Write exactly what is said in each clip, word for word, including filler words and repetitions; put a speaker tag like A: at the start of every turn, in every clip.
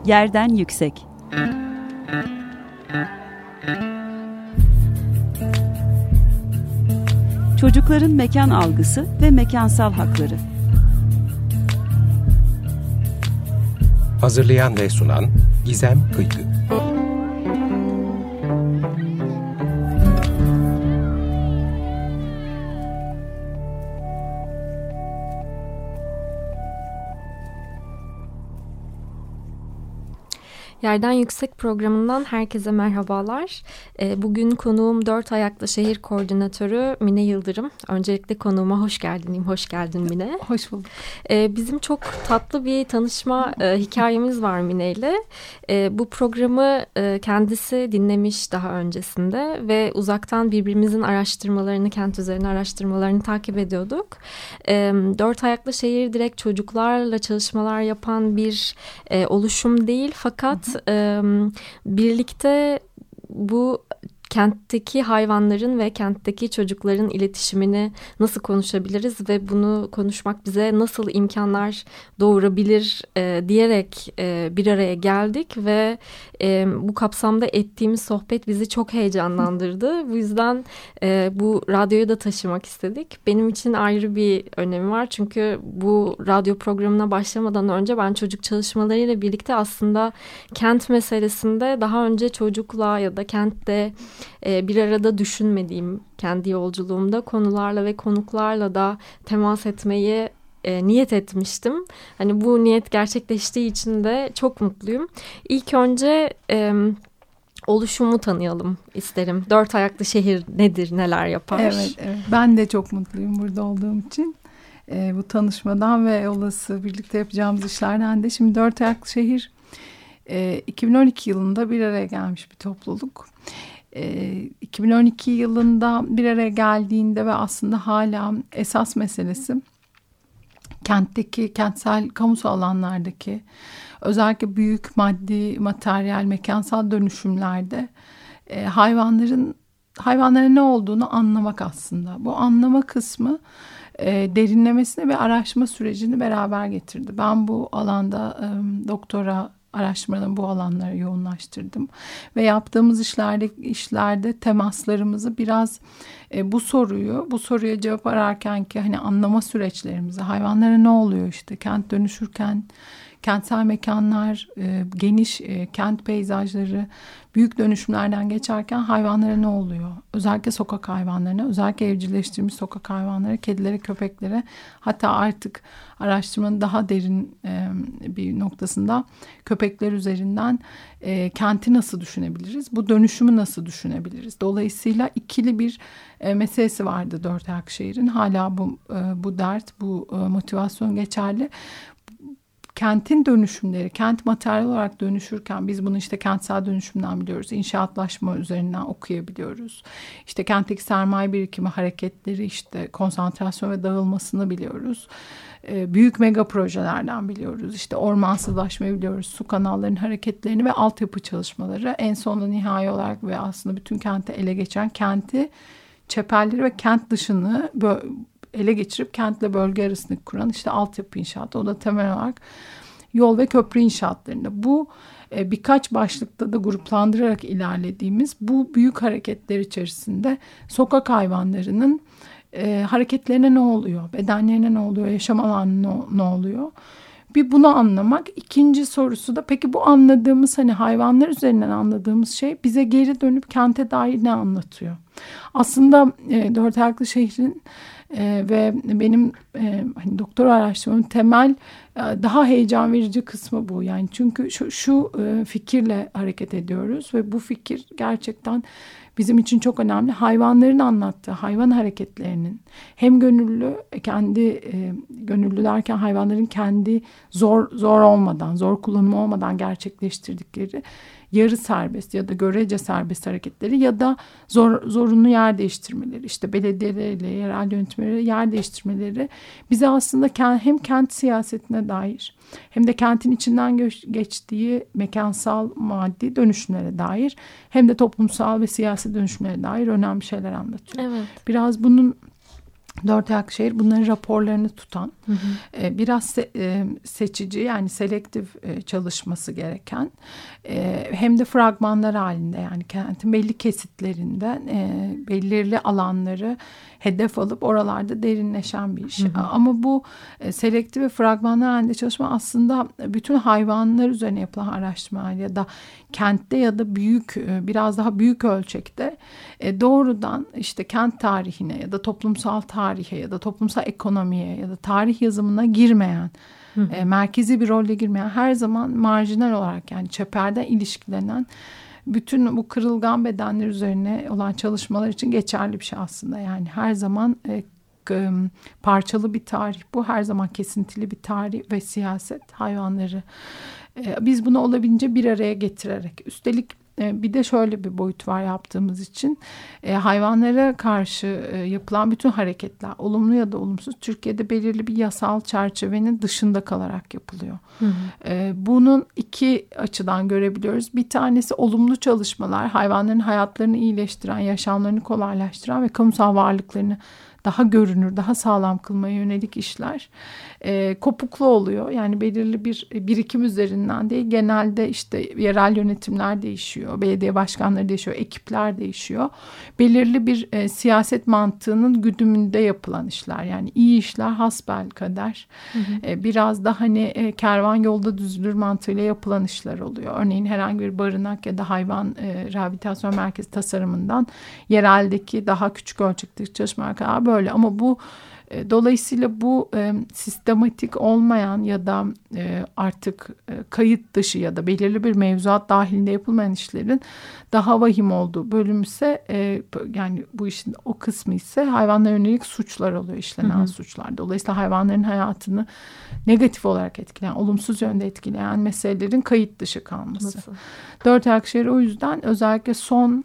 A: Yerden yüksek. Çocukların mekan algısı ve mekansal hakları.
B: Hazırlayan ve sunan Gizem Kıykı.
C: Yerden Yüksek programından herkese merhabalar. Bugün konuğum Dört Ayaklı Şehir Koordinatörü Mine Yıldırım. Öncelikle konuğuma hoş geldin diyeyim. Hoş geldin Mine.
D: Hoş bulduk.
C: Bizim çok tatlı bir tanışma hikayemiz var Mine ile. Bu programı kendisi dinlemiş daha öncesinde ve uzaktan birbirimizin araştırmalarını, kent üzerine araştırmalarını takip ediyorduk. Dört Ayaklı Şehir direkt çocuklarla çalışmalar yapan bir oluşum değil, fakat Ee, birlikte bu kentteki hayvanların ve kentteki çocukların iletişimini nasıl konuşabiliriz ve bunu konuşmak bize nasıl imkanlar doğurabilir e, diyerek e, bir araya geldik ve e, bu kapsamda ettiğimiz sohbet bizi çok heyecanlandırdı. Bu yüzden e, bu radyoya da taşımak istedik. Benim için ayrı bir önemi var, çünkü bu radyo programına başlamadan önce ben çocuk çalışmalarıyla birlikte aslında kent meselesinde daha önce çocukla ya da kentte bir arada düşünmediğim kendi yolculuğumda konularla ve konuklarla da temas etmeyi e, niyet etmiştim. Hani bu niyet gerçekleştiği için de çok mutluyum. İlk önce e, oluşumu tanıyalım isterim. Dört Ayaklı Şehir nedir, neler yapar?
D: Evet, evet. Ben de çok mutluyum burada olduğum için. E, bu tanışmadan ve olası birlikte yapacağımız işlerden de. Şimdi Dört Ayaklı Şehir e, iki bin on iki yılında bir araya gelmiş bir topluluk. iki bin on iki yılında bir araya geldiğinde ve aslında hala esas meselesi kentteki, kentsel kamusal alanlardaki özellikle büyük maddi, materyal, mekansal dönüşümlerde e, hayvanların hayvanların ne olduğunu anlamak aslında. Bu anlama kısmı e, derinlemesine ve araştırma sürecini beraber getirdi. Ben bu alanda e, doktora araştırmalarını bu alanlara yoğunlaştırdım ve yaptığımız işlerde işlerde temaslarımızı biraz e, bu soruyu bu soruya cevap ararken ki hani anlama süreçlerimizi, hayvanlara ne oluyor, işte kent dönüşürken kentsel mekanlar, e, geniş e, kent peyzajları, büyük dönüşümlerden geçerken hayvanlara ne oluyor? Özellikle sokak hayvanlarına, özellikle evcilleştirilmiş sokak hayvanları, kedilere, köpeklere, hatta artık araştırmanın daha derin e, bir noktasında köpekler üzerinden e, kenti nasıl düşünebiliriz? Bu dönüşümü nasıl düşünebiliriz? Dolayısıyla ikili bir e, meselesi vardı Dört Ayaklı Şehir'in. Hala bu e, bu dert, bu e, motivasyon geçerli. Kentin dönüşümleri, kent materyal olarak dönüşürken biz bunu işte kentsel dönüşümden biliyoruz. İnşaatlaşma üzerinden okuyabiliyoruz. İşte kentteki sermaye birikimi hareketleri, işte konsantrasyon ve dağılmasını biliyoruz. Ee, büyük mega projelerden biliyoruz. İşte ormansızlaşmayı biliyoruz. Su kanallarının hareketlerini ve altyapı çalışmaları. En sonunda nihai olarak ve aslında bütün kenti ele geçiren kenti, çeperleri ve kent dışını böyle ele geçirip kentle bölge arasını kuran işte altyapı inşaatı. O da temel olarak yol ve köprü inşaatlarında. Bu e, birkaç başlıkta da gruplandırarak ilerlediğimiz bu büyük hareketler içerisinde sokak hayvanlarının e, hareketlerine ne oluyor? Bedenlerine ne oluyor? Yaşam alanına ne, ne oluyor? Bir bunu anlamak. İkinci sorusu da peki bu anladığımız, hani hayvanlar üzerinden anladığımız şey bize geri dönüp kente dair ne anlatıyor? Aslında e, Dört Ayaklı Şehir'in Ee, ve benim e, hani doktora araştırmamın temel e, daha heyecan verici kısmı bu. Yani çünkü şu, şu e, fikirle hareket ediyoruz ve bu fikir gerçekten bizim için çok önemli. Hayvanların anlattığı hayvan hareketlerinin hem gönüllü, kendi e, gönüllü derken hayvanların kendi zor zor olmadan, zor kullanımı olmadan gerçekleştirdikleri yarı serbest ya da görece serbest hareketleri ya da zor, zorunlu yer değiştirmeleri, işte belediyeleriyle, yerel yönetimleriyle yer değiştirmeleri bize aslında hem kent siyasetine dair hem de kentin içinden geçtiği mekansal maddi dönüşümlere dair hem de toplumsal ve siyasi dönüşümlere dair önemli şeyler anlatıyor.
C: Evet.
D: Biraz bunun Dört ayaklı şehir bunların raporlarını tutan, hı hı. E, biraz se, e, seçici yani selektif e, çalışması gereken, e, hem de fragmanlar halinde yani kentin belli kesitlerinden e, belirli alanları hedef alıp oralarda derinleşen bir iş. Hı hı. Ama bu e, selektif ve fragmanlar halinde çalışma aslında bütün hayvanlar üzerine yapılan araştırmalar ya da kentte ya da büyük e, biraz daha büyük ölçekte e, doğrudan işte kent tarihine ya da toplumsal tarihe ya da toplumsal ekonomiye ya da tarih yazımına girmeyen, hı hı. E, merkezi bir rolle girmeyen, her zaman marjinal olarak yani çeperden ilişkilenen bütün bu kırılgan bedenler üzerine olan çalışmalar için geçerli bir şey aslında. Yani her zaman e, parçalı bir tarih bu, her zaman kesintili bir tarih ve siyaset hayvanları. E, biz bunu olabildiğince bir araya getirerek, üstelik bir de şöyle bir boyut var yaptığımız için, e, hayvanlara karşı e, yapılan bütün hareketler olumlu ya da olumsuz Türkiye'de belirli bir yasal çerçevenin dışında kalarak yapılıyor. Hı hı. E, bunun iki açıdan görebiliyoruz. Bir tanesi olumlu çalışmalar, hayvanların hayatlarını iyileştiren, yaşamlarını kolaylaştıran ve kamusal varlıklarını daha görünür, daha sağlam kılmaya yönelik işler e, kopuklu oluyor. Yani belirli bir birikim üzerinden değil, genelde işte yerel yönetimler değişiyor, belediye başkanları değişiyor, ekipler değişiyor. Belirli bir e, siyaset mantığının güdümünde yapılan işler. Yani iyi işler hasbelkader. Hı hı. E, biraz da hani e, kervan yolda düzülür mantığıyla yapılan işler oluyor. Örneğin herhangi bir barınak ya da hayvan e, rehabilitasyon merkezi tasarımından yereldeki daha küçük ölçekteki çalışmalar kadar böyle. Ama bu e, dolayısıyla bu e, sistematik olmayan ya da e, artık e, kayıt dışı ya da belirli bir mevzuat dahilinde yapılmayan işlerin daha vahim olduğu bölüm ise e, yani bu işin o kısmı ise hayvanlara yönelik suçlar oluyor, işlenen hı hı. suçlar. Dolayısıyla hayvanların hayatını negatif olarak etkileyen, olumsuz yönde etkileyen meselelerin kayıt dışı kalması. Nasıl? Dört ayaklı şehir o yüzden özellikle son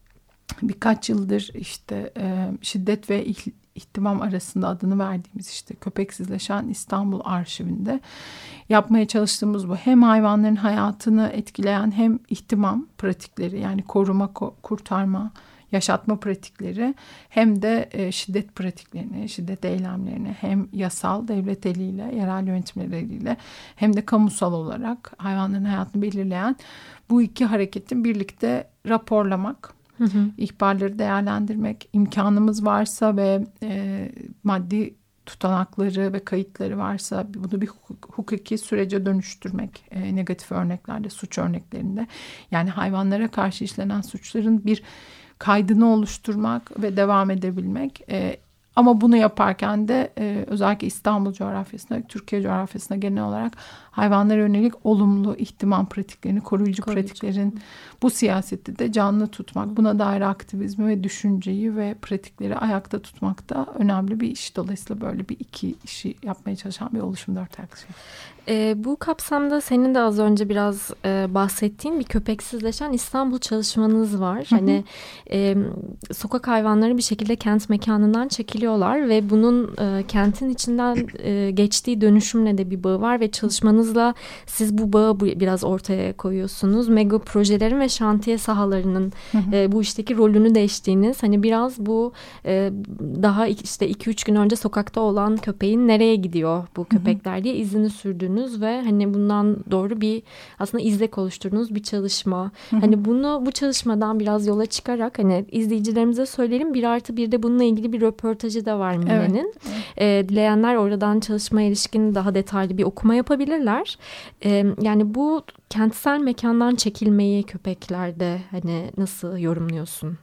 D: birkaç yıldır işte e, şiddet ve ihtimam arasında adını verdiğimiz işte Köpeksizleşen İstanbul arşivinde yapmaya çalıştığımız bu. Hem hayvanların hayatını etkileyen hem ihtimam pratikleri yani koruma, kurtarma, yaşatma pratikleri hem de e, şiddet pratiklerini, şiddet eylemlerini hem yasal devlet eliyle, yerel yönetimler eliyle hem de kamusal olarak hayvanların hayatını belirleyen bu iki hareketin birlikte raporlamak. Hı hı. İhbarları değerlendirmek, imkanımız varsa ve e, maddi tutanakları ve kayıtları varsa bunu bir hukuki sürece dönüştürmek, e, negatif örneklerde, suç örneklerinde. Yani hayvanlara karşı işlenen suçların bir kaydını oluşturmak ve devam edebilmek. E, ama bunu yaparken de e, özellikle İstanbul coğrafyasında, Türkiye coğrafyasında genel olarak hayvanlara yönelik olumlu ihtimam pratiklerini, koruyucu, koruyucu pratiklerin bu siyaseti de canlı tutmak, buna dair aktivizmi ve düşünceyi ve pratikleri ayakta tutmak da önemli bir iş. Dolayısıyla böyle bir iki işi yapmaya çalışan bir oluşum dört ayaklı şehir.
C: E, bu kapsamda senin de az önce biraz e, bahsettiğin bir köpeksizleşen İstanbul çalışmanız var. Hı hı. Hani e, sokak hayvanları bir şekilde kent mekanından çekiliyorlar ve bunun e, kentin içinden e, geçtiği dönüşümle de bir bağı var ve çalışmanızla siz bu bağı biraz ortaya koyuyorsunuz. Mega projelerin ve şantiye sahalarının hı hı. E, bu işteki rolünü değiştiğiniz, hani biraz bu e, daha işte iki üç gün önce sokakta olan köpeğin nereye gidiyor bu köpekler diye izini sürdüğünüz ve hani bundan doğru bir aslında izlek oluşturduğunuz bir çalışma. Hı hı. Hani bunu bu çalışmadan biraz yola çıkarak hani izleyicilerimize söyleyelim. Bir artı bir de bununla ilgili bir röportajı da var Mine'nin. Evet. E, dileyenler oradan çalışmaya ilişkin daha detaylı bir okuma yapabilirler. E, yani bu kentsel mekandan çekilmeyi köpeklerde hani nasıl yorumluyorsun?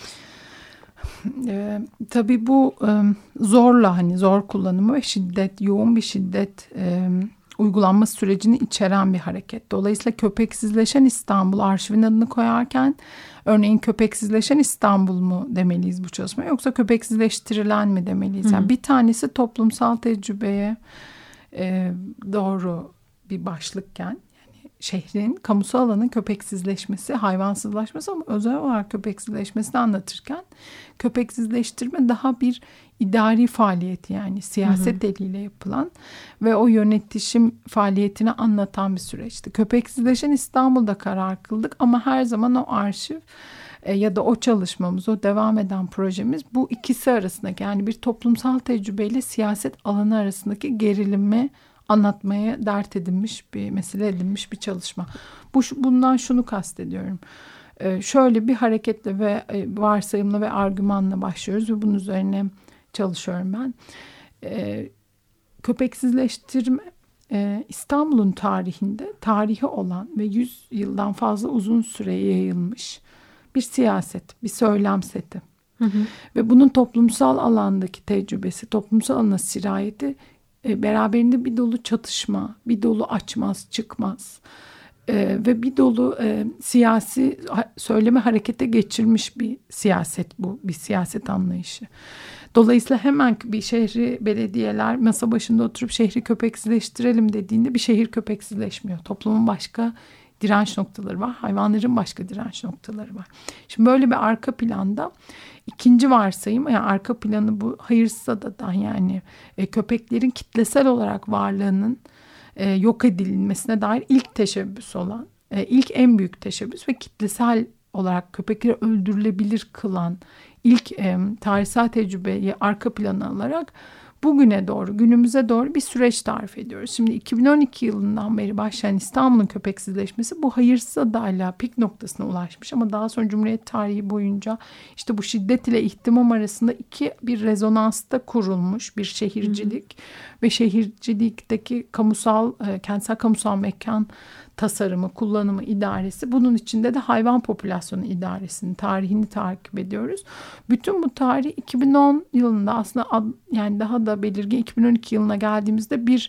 D: E, tabii bu e, zorla hani zor kullanımı ve şiddet, yoğun bir şiddet e, uygulanma sürecini içeren bir hareket. Dolayısıyla Köpeksizleşen İstanbul arşivin adını koyarken örneğin Köpeksizleşen İstanbul mu demeliyiz bu çalışmaya, yoksa köpeksizleştirilen mi demeliyiz? Yani bir tanesi toplumsal tecrübeye e, doğru bir başlıkken, şehrin kamusal alanın köpeksizleşmesi, hayvansızlaşması ama özel olarak köpeksizleşmesini anlatırken köpeksizleştirme daha bir idari faaliyet, yani siyaset hı hı. eliyle yapılan ve o yönetişim faaliyetini anlatan bir süreçti. Köpeksizleşen İstanbul'da karar kıldık ama her zaman o arşiv e, ya da o çalışmamız, o devam eden projemiz bu ikisi arasındaki, yani bir toplumsal tecrübeyle siyaset alanı arasındaki gerilimi anlatmaya dert edinmiş bir mesele edinmiş bir çalışma. Bu, bundan şunu kastediyorum. Ee, şöyle bir hareketle ve e, varsayımla ve argümanla başlıyoruz ve bunun üzerine çalışıyorum ben. Ee, köpeksizleştirme e, İstanbul'un tarihinde tarihi olan ve yüz yıldan fazla uzun süre yayılmış bir siyaset, bir söylem seti. Hı hı. Ve bunun toplumsal alandaki tecrübesi, toplumsal alana sirayeti e, beraberinde bir dolu çatışma, bir dolu açmaz çıkmaz e, ve bir dolu e, siyasi ha, söyleme harekete geçirmiş bir siyaset bu, bir siyaset anlayışı. Dolayısıyla hemen bir şehri belediyeler masa başında oturup şehri köpeksizleştirelim dediğinde bir şehir köpeksizleşmiyor. Toplumun başka direnç noktaları var, hayvanların başka direnç noktaları var. Şimdi böyle bir arka planda ikinci varsayım, yani arka planı bu hayırsız adadan, yani e, köpeklerin kitlesel olarak varlığının e, yok edilmesine dair ilk teşebbüs olan, e, ilk en büyük teşebbüs ve kitlesel olarak köpekleri öldürülebilir kılan ilk e, tarihsel tecrübeyi arka plana alarak bugüne doğru, günümüze doğru bir süreç tarif ediyoruz. Şimdi iki bin on iki yılından beri başlayan İstanbul'un köpeksizleşmesi bu hayırsız adayla pik noktasına ulaşmış. Ama daha sonra Cumhuriyet tarihi boyunca işte bu şiddet ile ihtimam arasında iki bir rezonansta kurulmuş bir şehircilik, hı hı, ve şehircilikteki kamusal, e, kentsel kamusal mekan tasarımı, kullanımı, idaresi, bunun içinde de hayvan popülasyonu idaresinin tarihini takip ediyoruz. Bütün bu tarih iki bin on yılında aslında ad, yani daha da belirgin iki bin on iki yılına geldiğimizde bir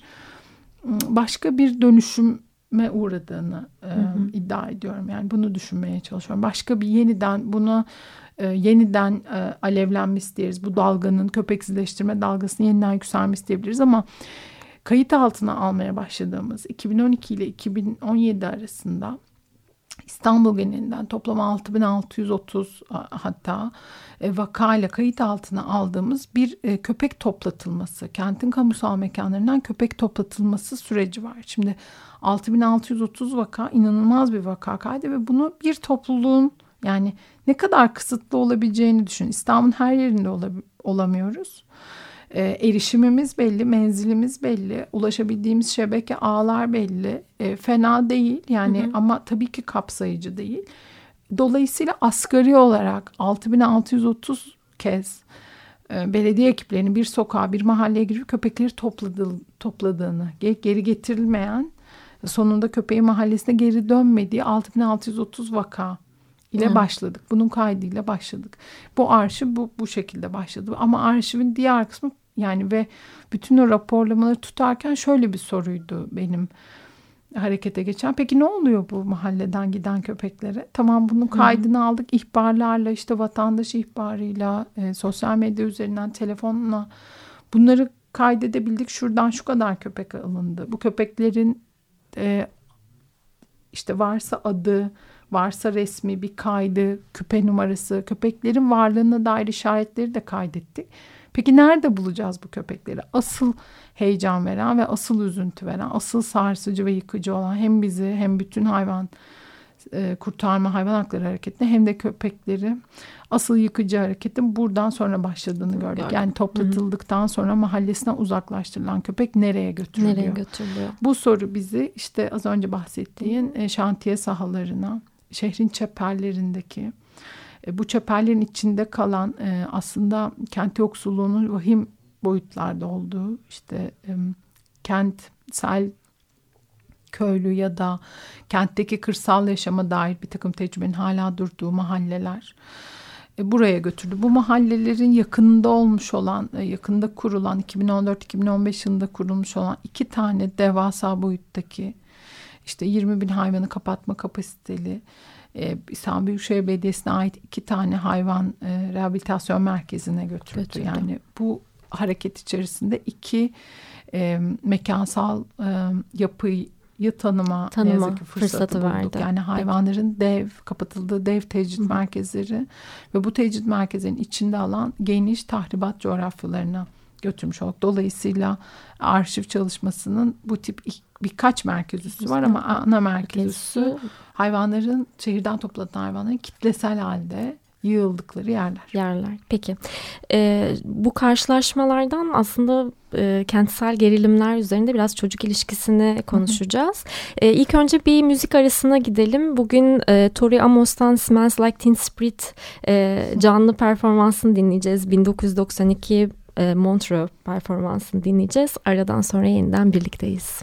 D: başka bir dönüşüme uğradığını e, hı hı. iddia ediyorum. Yani bunu düşünmeye çalışıyorum. Başka bir yeniden bunu e, yeniden e, alevlenmesi diyebiliriz. Bu dalganın, köpeksizleştirme dalgasının yeniden yükselmesi diyebiliriz ama kayıt altına almaya başladığımız iki bin on iki ile iki bin on yedi arasında İstanbul genelinden toplam altı bin altı yüz otuz hatta vakayla kayıt altına aldığımız bir köpek toplatılması, kentin kamusal mekanlarından köpek toplatılması süreci var. Şimdi altı bin altı yüz otuz vaka inanılmaz bir vaka kaydı ve bunu bir topluluğun, yani ne kadar kısıtlı olabileceğini düşün. İstanbul'un her yerinde olab- olamıyoruz. E, erişimimiz belli, menzilimiz belli, ulaşabildiğimiz şebeke ağlar belli. E, fena değil yani, hı hı, ama tabii ki kapsayıcı değil. Dolayısıyla asgari olarak altı bin altı yüz otuz kez e, belediye ekiplerinin bir sokağa, bir mahalleye girip köpekleri topladı, topladığını, geri getirilmeyen, sonunda köpeğin mahallesine geri dönmediği altı bin altı yüz otuz vaka ile başladık. Bunun kaydıyla başladık. Bu arşiv bu, bu şekilde başladı. Ama arşivin diğer kısmı, yani ve bütün o raporlamaları tutarken şöyle bir soruydu benim harekete geçen. Peki ne oluyor bu mahalleden giden köpeklere? Tamam, bunun kaydını, hı-hı, aldık. İhbarlarla, işte vatandaş ihbarıyla, e, sosyal medya üzerinden, telefonla bunları kaydedebildik. Şuradan şu kadar köpek alındı. Bu köpeklerin e, işte varsa adı, varsa resmi bir kaydı, küpe numarası, köpeklerin varlığına dair işaretleri de kaydettik. Peki nerede bulacağız bu köpekleri? Asıl heyecan veren ve asıl üzüntü veren, asıl sarsıcı ve yıkıcı olan hem bizi hem bütün hayvan e, kurtarma, hayvan hakları hareketine hem de köpekleri, asıl yıkıcı hareketin buradan sonra başladığını gördük. Yani toplatıldıktan, hı-hı, sonra mahallesinden uzaklaştırılan köpek nereye götürülüyor?
C: Nereye götürülüyor?
D: Bu soru bizi işte az önce bahsettiğin e, şantiye sahalarına, şehrin çeperlerindeki, e, bu çeperlerin içinde kalan e, aslında kent yoksulluğunun vahim boyutlarda olduğu, işte e, kentsel, köylü ya da kentteki kırsal yaşama dair bir takım tecrübenin hala durduğu mahalleler e, buraya götürdü. Bu mahallelerin yakınında olmuş olan, e, yakında kurulan, iki bin on dört iki bin on beş yılında kurulmuş olan iki tane devasa boyuttaki, İşte yirmi bin hayvanı kapatma kapasiteli e, İstanbul Büyükşehir Belediyesi'ne ait iki tane hayvan e, rehabilitasyon merkezine götürdü. Götürdü. Yani bu hareket içerisinde iki e, mekansal e, yapıyı tanıma,
C: tanıma
D: ne yazık ki fırsatı, fırsatı bulduk. Verdi. Yani hayvanların Peki. dev, kapatıldığı dev tecrit, hı-hı, merkezleri ve bu tecrit merkezlerinin içinde alan geniş tahribat coğrafyalarına götürmüş olduk. Dolayısıyla arşiv çalışmasının bu tip birkaç merkez üssü var ama ana merkez üssü hayvanların, şehirden toplanan hayvanların kitlesel halde yığıldıkları yerler.
C: Yerler. Peki. Ee, bu karşılaşmalardan aslında e, kentsel gerilimler üzerinde biraz çocuk ilişkisini konuşacağız. Ee, ilk önce bir müzik arasına gidelim. Bugün e, Tori Amos'tan Smells Like Teen Spirit e, canlı performansını dinleyeceğiz. bin dokuz yüz doksan iki e, Montreux performansını dinleyeceğiz. Aradan sonra yeniden birlikteyiz.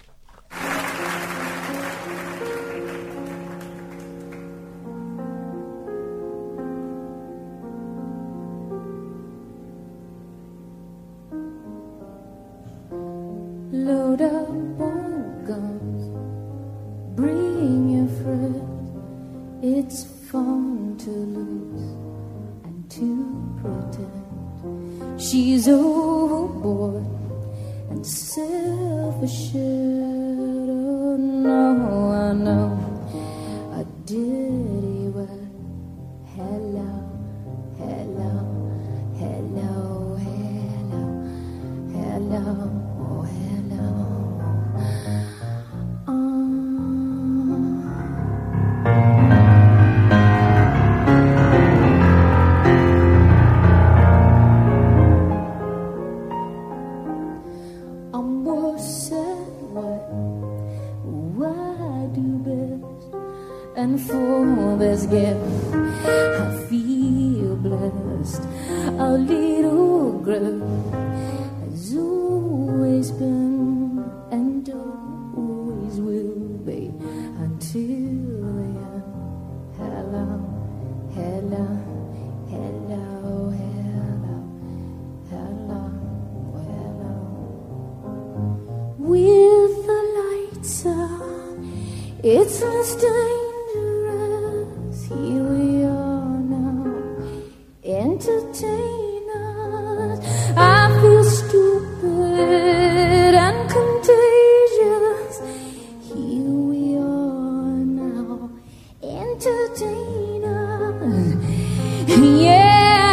E: Load up on guns, bring your friends. It's fun to lose and to pretend. She's overboard and self-assured. Oh no, I know a dirty word. Hello, hello, hello, hello, hello. And for this gift, I feel blessed. Our little girl has always been and always will be until the end. Hello, hello, hello, hello, hello, hello. With the lights out, it's less dangerous. Here we are now, entertain us. I feel stupid and contagious. Here we are now, entertain us. Yeah.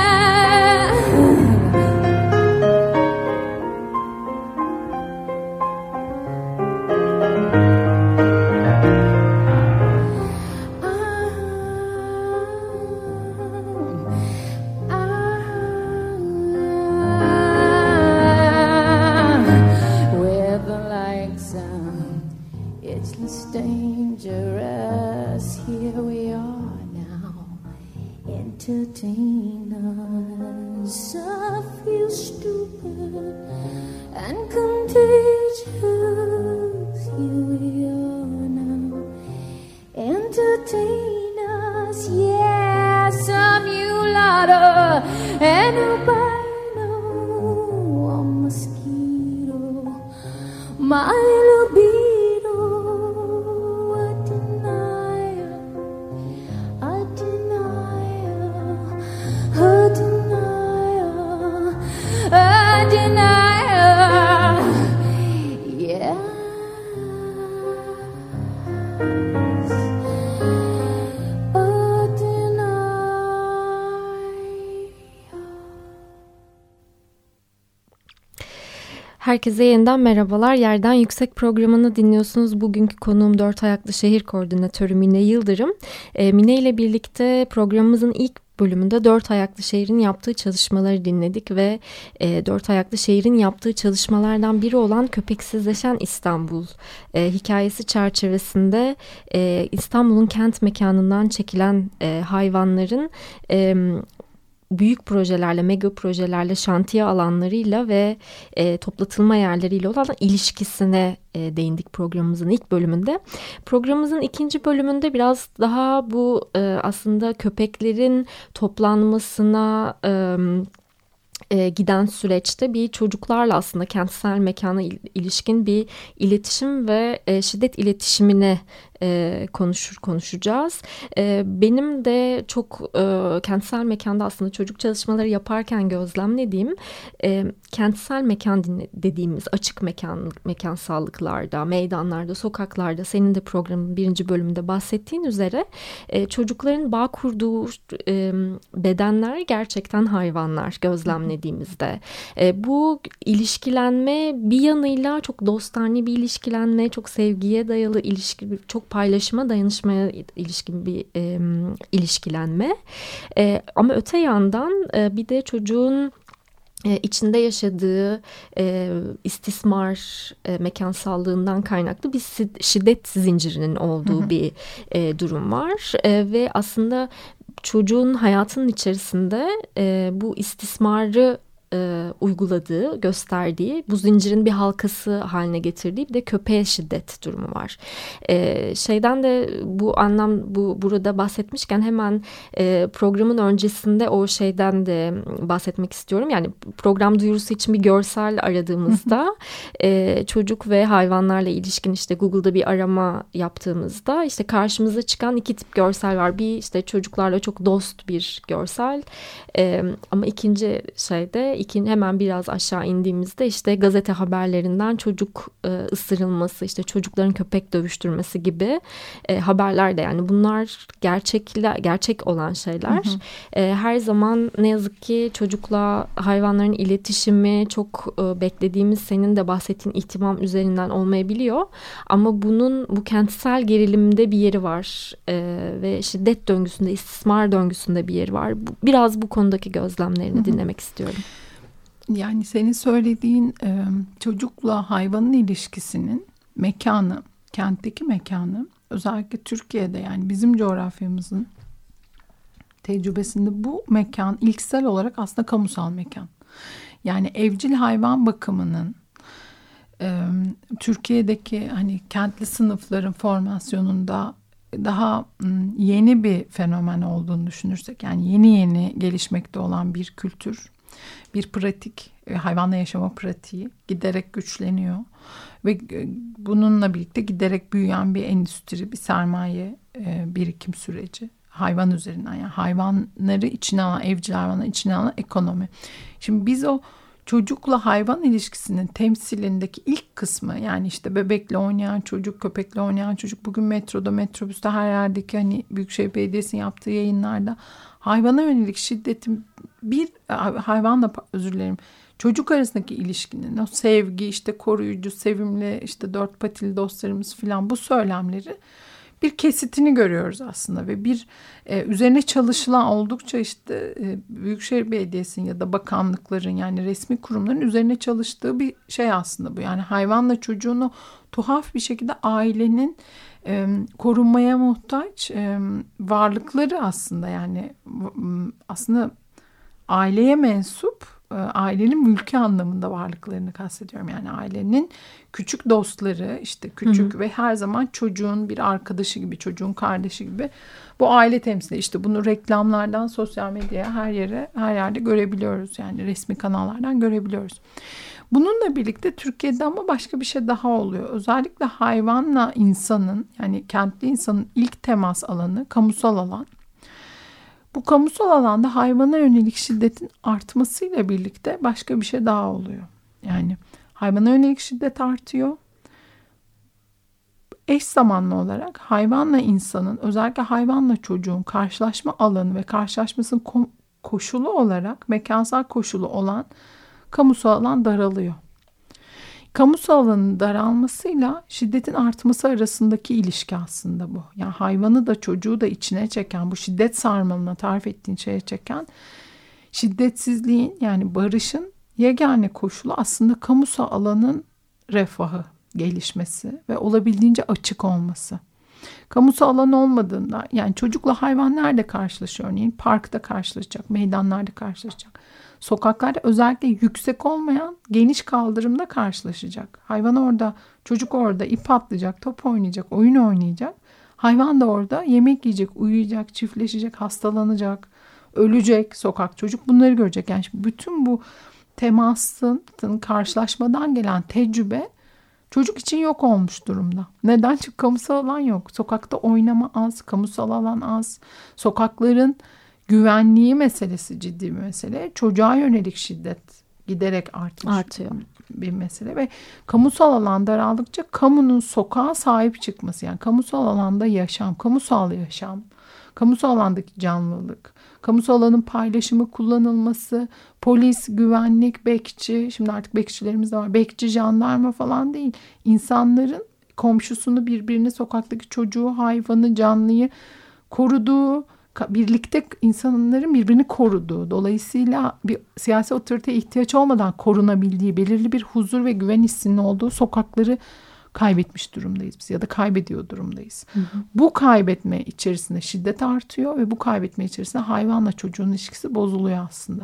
E: Entertain us. I feel stupid and contagious. Here we are now. Entertain us. Yes, a mulatto and albino, a mosquito, my libido.
C: Herkese yeniden merhabalar. Yerden Yüksek programını dinliyorsunuz. Bugünkü konuğum Dört Ayaklı Şehir Koordinatörü Mine Yıldırım. E, Mine ile birlikte programımızın ilk bölümünde Dört Ayaklı Şehir'in yaptığı çalışmaları dinledik ve e, Dört Ayaklı Şehir'in yaptığı çalışmalardan biri olan Köpeksizleşen İstanbul e, hikayesi çerçevesinde e, İstanbul'un kent mekanından çekilen e, hayvanların E, büyük projelerle, mega projelerle, şantiye alanlarıyla ve e, toplatılma yerleriyle olan ilişkisine e, değindik programımızın ilk bölümünde. Programımızın ikinci bölümünde biraz daha bu e, aslında köpeklerin toplanmasına e, e, giden süreçte bir çocuklarla aslında kentsel mekana il, ilişkin bir iletişim ve e, şiddet iletişimine e, konuşur konuşacağız. E, benim de çok e, kentsel mekanda aslında çocuk çalışmaları yaparken gözlemlediğim e, kentsel mekan dediğimiz açık mekan mekansallıklarda, meydanlarda, sokaklarda senin de programın birinci bölümünde bahsettiğin üzere e, çocukların bağ kurduğu e, bedenler gerçekten hayvanlar gözlemlediğimizde. E, bu ilişkilenme bir yanıyla çok dostane bir ilişkilenme, çok sevgiye dayalı ilişki, çok paylaşıma, dayanışmaya ilişkin bir e, ilişkilenme. E, ama öte yandan e, bir de çocuğun e, içinde yaşadığı e, istismar e, mekansallığından kaynaklı bir şiddet zincirinin olduğu hı hı. bir e, durum var. E, ve aslında çocuğun hayatının içerisinde e, bu istismarı E, uyguladığı, gösterdiği, bu zincirin bir halkası haline getirdiği bir de köpeğe şiddet durumu var. E, şeyden de bu anlam bu burada bahsetmişken hemen e, programın öncesinde o şeyden de bahsetmek istiyorum. Yani program duyurusu için bir görsel aradığımızda e, çocuk ve hayvanlarla ilişkin işte Google'da bir arama yaptığımızda işte karşımıza çıkan iki tip görsel var. Bir işte çocuklarla çok dost bir görsel e, ama ikinci şeyde İkin, hemen biraz aşağı indiğimizde işte gazete haberlerinden çocuk e, ısırılması, işte çocukların köpek dövüştürmesi gibi e, haberler de, yani bunlar gerçekle gerçek olan şeyler. Hı hı. E, her zaman ne yazık ki çocukla hayvanların iletişimi çok e, beklediğimiz, senin de bahsettiğin ihtimam üzerinden olmayabiliyor. Ama bunun bu kentsel gerilimde bir yeri var e, ve şiddet döngüsünde, istismar döngüsünde bir yeri var. Biraz bu konudaki gözlemlerini hı hı. dinlemek istiyorum.
D: Yani senin söylediğin e, çocukla hayvanın ilişkisinin mekanı, kentteki mekanı, özellikle Türkiye'de, yani bizim coğrafyamızın tecrübesinde bu mekan ilksel olarak aslında kamusal mekan. Yani evcil hayvan bakımının e, Türkiye'deki hani kentli sınıfların formasyonunda daha yeni bir fenomen olduğunu düşünürsek, yani yeni yeni gelişmekte olan bir kültür, bir pratik, hayvanla yaşama pratiği giderek güçleniyor ve bununla birlikte giderek büyüyen bir endüstri, bir sermaye birikim süreci hayvan üzerinden, yani hayvanları içine alan, evcil hayvanları içine alan ekonomi. Şimdi biz o çocukla hayvan ilişkisinin temsilindeki ilk kısmı, yani işte bebekle oynayan çocuk, köpekle oynayan çocuk, bugün metroda, metrobüste, her yerdeki hani Büyükşehir Belediyesi'nin yaptığı yayınlarda hayvana yönelik şiddetin bir hayvanla, özür dilerim, çocuk arasındaki ilişkinin o sevgi, işte koruyucu, sevimli, işte dört patili dostlarımız filan, bu söylemleri bir kesitini görüyoruz aslında ve bir e, üzerine çalışılan, oldukça işte e, Büyükşehir Belediyesi'nin ya da bakanlıkların, yani resmi kurumların üzerine çalıştığı bir şey aslında bu. Yani hayvanla çocuğunu tuhaf bir şekilde ailenin e, korunmaya muhtaç e, varlıkları aslında, yani aslında aileye mensup, ailenin mülkü anlamında varlıklarını kastediyorum. Yani ailenin küçük dostları, işte küçük hı hı. ve her zaman çocuğun bir arkadaşı gibi, çocuğun kardeşi gibi bu aile temsili. İşte bunu reklamlardan sosyal medyaya, her yere, her yerde görebiliyoruz. Yani resmi kanallardan görebiliyoruz. Bununla birlikte Türkiye'de ama başka bir şey daha oluyor. Özellikle hayvanla insanın, yani kentli insanın ilk temas alanı kamusal alan. Bu kamusal alanda hayvana yönelik şiddetin artmasıyla birlikte başka bir şey daha oluyor. Yani hayvana yönelik şiddet artıyor. Eş zamanlı olarak hayvanla insanın, özellikle hayvanla çocuğun karşılaşma alanı ve karşılaşmasının ko- koşulu olarak, mekansal koşulu olan kamusal alan daralıyor. Kamusal alanın daralmasıyla şiddetin artması arasındaki ilişki aslında bu. Yani hayvanı da çocuğu da içine çeken, bu şiddet sarmalına tarif ettiğin şeye çeken, şiddetsizliğin, yani barışın yegane koşulu aslında kamusal alanın refahı, gelişmesi ve olabildiğince açık olması. Kamusal alan olmadığında, yani çocukla hayvan nerede karşılaşıyor? Örneğin parkta karşılaşacak, meydanlarda karşılaşacak. Sokaklarda özellikle yüksek olmayan geniş kaldırımda karşılaşacak. Hayvan orada, çocuk orada ip atlayacak, top oynayacak, oyun oynayacak. Hayvan da orada yemek yiyecek, uyuyacak, çiftleşecek, hastalanacak, ölecek sokak. Çocuk bunları görecek. Yani bütün bu temasın, karşılaşmadan gelen tecrübe çocuk için yok olmuş durumda. Neden? Çünkü kamusal alan yok. Sokakta oynama az, kamusal alan az. Sokakların güvenliği meselesi ciddi bir mesele. Çocuğa yönelik şiddet giderek artmış
C: artıyor
D: bir mesele ve kamusal alan daraldıkça kamunun sokağa sahip çıkması, yani kamusal alanda yaşam, kamusal yaşam, kamusal alandaki canlılık, kamusal alanın paylaşımı, kullanılması, polis, güvenlik, bekçi, şimdi artık bekçilerimiz de var, bekçi, jandarma falan değil, insanların komşusunu, birbirini, sokaktaki çocuğu, hayvanı, canlıyı koruduğu, birlikte insanların birbirini koruduğu, dolayısıyla bir siyasi otoriteye ihtiyaç olmadan korunabildiği, belirli bir huzur ve güven hissinin olduğu sokakları kaybetmiş durumdayız biz ya da kaybediyor durumdayız. Hı hı. Bu kaybetme içerisinde şiddet artıyor ve bu kaybetme içerisinde hayvanla çocuğun ilişkisi bozuluyor aslında.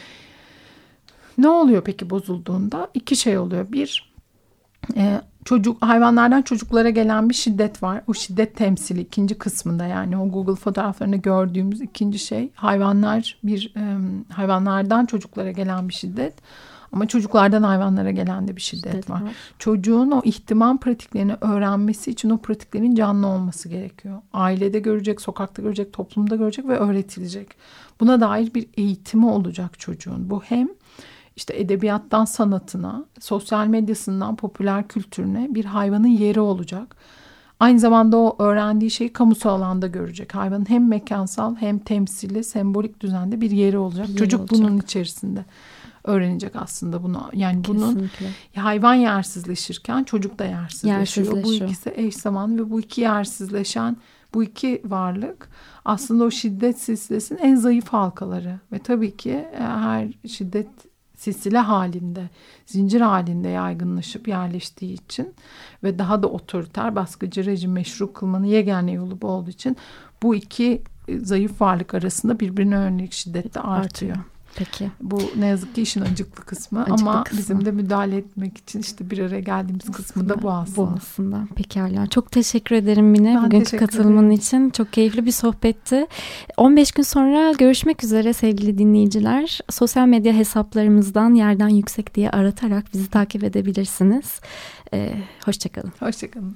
D: Ne oluyor peki bozulduğunda? İki şey oluyor. Bir, e, çocuk hayvanlardan çocuklara gelen bir şiddet var. O şiddet temsili ikinci kısmında, yani o Google fotoğraflarını gördüğümüz ikinci şey, hayvanlar bir e, hayvanlardan çocuklara gelen bir şiddet. Ama çocuklardan hayvanlara gelen de bir şiddet, şiddet var. var. Çocuğun o ihtimam pratiklerini öğrenmesi için o pratiklerin canlı olması gerekiyor. Ailede görecek, sokakta görecek, toplumda görecek ve öğretilecek. Buna dair bir eğitimi olacak çocuğun. Bu hem işte edebiyattan sanatına, sosyal medyasından popüler kültürüne bir hayvanın yeri olacak. Aynı zamanda o öğrendiği şeyi kamusal alanda görecek. Hayvanın hem mekansal hem temsili, sembolik düzende bir yeri olacak. Bir Çocuk olacak. Bunun içerisinde öğrenecek aslında bunu. Yani bunun kesinlikle. Hayvan yersizleşirken çocuk da yersizleşiyor. Bu ikisi eş zamanlı ve bu iki yersizleşen, bu iki varlık aslında o şiddet silsilesinin en zayıf halkaları. Ve tabii ki her şiddet silsile halinde, zincir halinde yaygınlaşıp yerleştiği için ve daha da otoriter, baskıcı rejim meşru kılmanın yegane yolu bu olduğu için bu iki zayıf varlık arasında birbirine yönelik şiddet de artıyor.
C: Peki.
D: Bu ne yazık ki işin acıklı kısmı acıklı ama kısmı. Bizim de müdahale etmek için işte bir araya geldiğimiz aslında, kısmı da bu aslında.
C: Bu aslında. Pekala. Çok teşekkür ederim Mine. Ben bugünkü katılımın için. Çok keyifli bir sohbetti. on beş gün sonra görüşmek üzere sevgili dinleyiciler. Sosyal medya hesaplarımızdan Yerden Yüksek diye aratarak bizi takip edebilirsiniz. Ee, Hoşçakalın.
D: Hoşçakalın.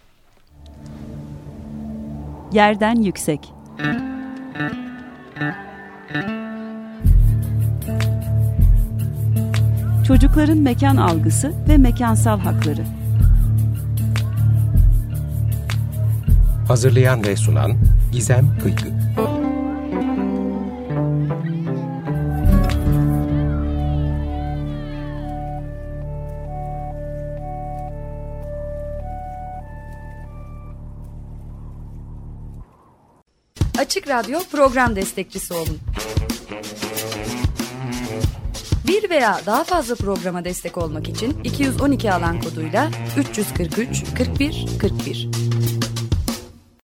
A: Yerden Yüksek. Çocukların mekan algısı ve mekansal hakları.
B: Hazırlayan ve sunan Gizem Kıykı.
F: Açık Radyo program destekçisi olun. Bir veya daha fazla programa destek olmak için iki yüz on iki alan koduyla üç yüz kırk üç kırk bir kırk bir